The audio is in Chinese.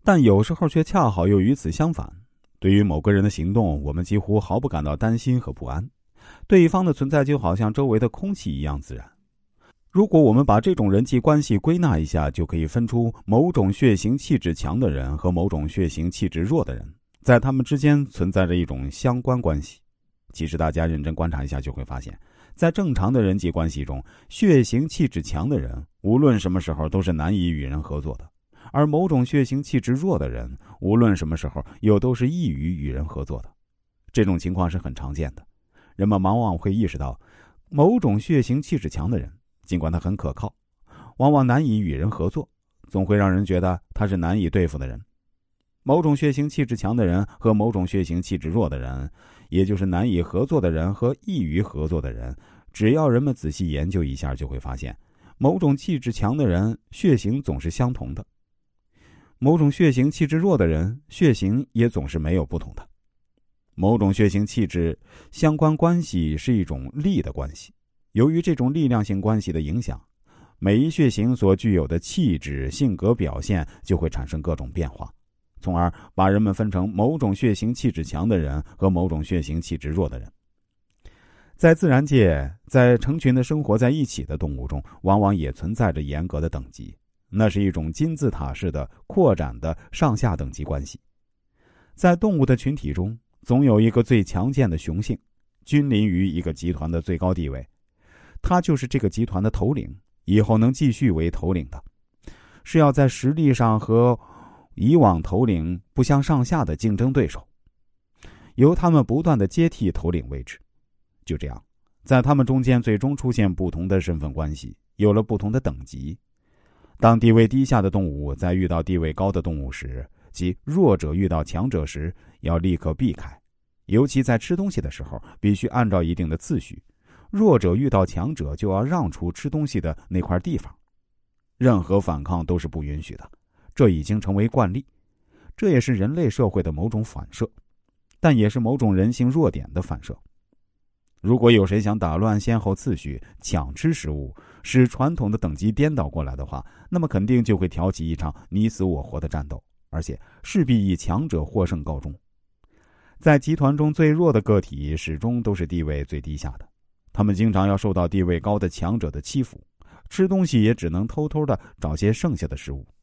但有时候却恰好又与此相反。对于某个人的行动，我们几乎毫不感到担心和不安，对方的存在就好像周围的空气一样自然。如果我们把这种人际关系归纳一下，就可以分出某种血型气质强的人和某种血型气质弱的人，在他们之间存在着一种相关关系。其实大家认真观察一下就会发现，在正常的人际关系中，血型气质强的人无论什么时候都是难以与人合作的，而某种血型气质弱的人无论什么时候又都是易于与人合作的。这种情况是很常见的，人们往往会意识到，某种血型气质强的人尽管他很可靠，往往难以与人合作，总会让人觉得他是难以对付的人。某种血型气质强的人和某种血型气质弱的人，也就是难以合作的人和易于合作的人，只要人们仔细研究一下，就会发现，某种气质强的人血型总是相同的，某种血型气质弱的人血型也总是没有不同的。某种血型气质相关关系是一种力的关系，由于这种力量性关系的影响，每一血型所具有的气质、性格表现就会产生各种变化，从而把人们分成某种血型气质强的人和某种血型气质弱的人。在自然界，在成群的生活在一起的动物中，往往也存在着严格的等级，那是一种金字塔式的扩展的上下等级关系。在动物的群体中，总有一个最强健的雄性，君临于一个集团的最高地位，他就是这个集团的头领，以后能继续为头领的，是要在实力上和以往头领不相上下的竞争对手，由他们不断的接替头领位置。就这样，在他们中间最终出现不同的身份关系，有了不同的等级。当地位低下的动物在遇到地位高的动物时，即弱者遇到强者时，要立刻避开，尤其在吃东西的时候，必须按照一定的次序，弱者遇到强者就要让出吃东西的那块地方，任何反抗都是不允许的，这已经成为惯例。这也是人类社会的某种反射，但也是某种人性弱点的反射。如果有谁想打乱先后次序，抢吃食物，使传统的等级颠倒过来的话，那么肯定就会挑起一场你死我活的战斗，而且势必以强者获胜告终。在集团中最弱的个体始终都是地位最低下的，他们经常要受到地位高的强者的欺负，吃东西也只能偷偷的找些剩下的食物。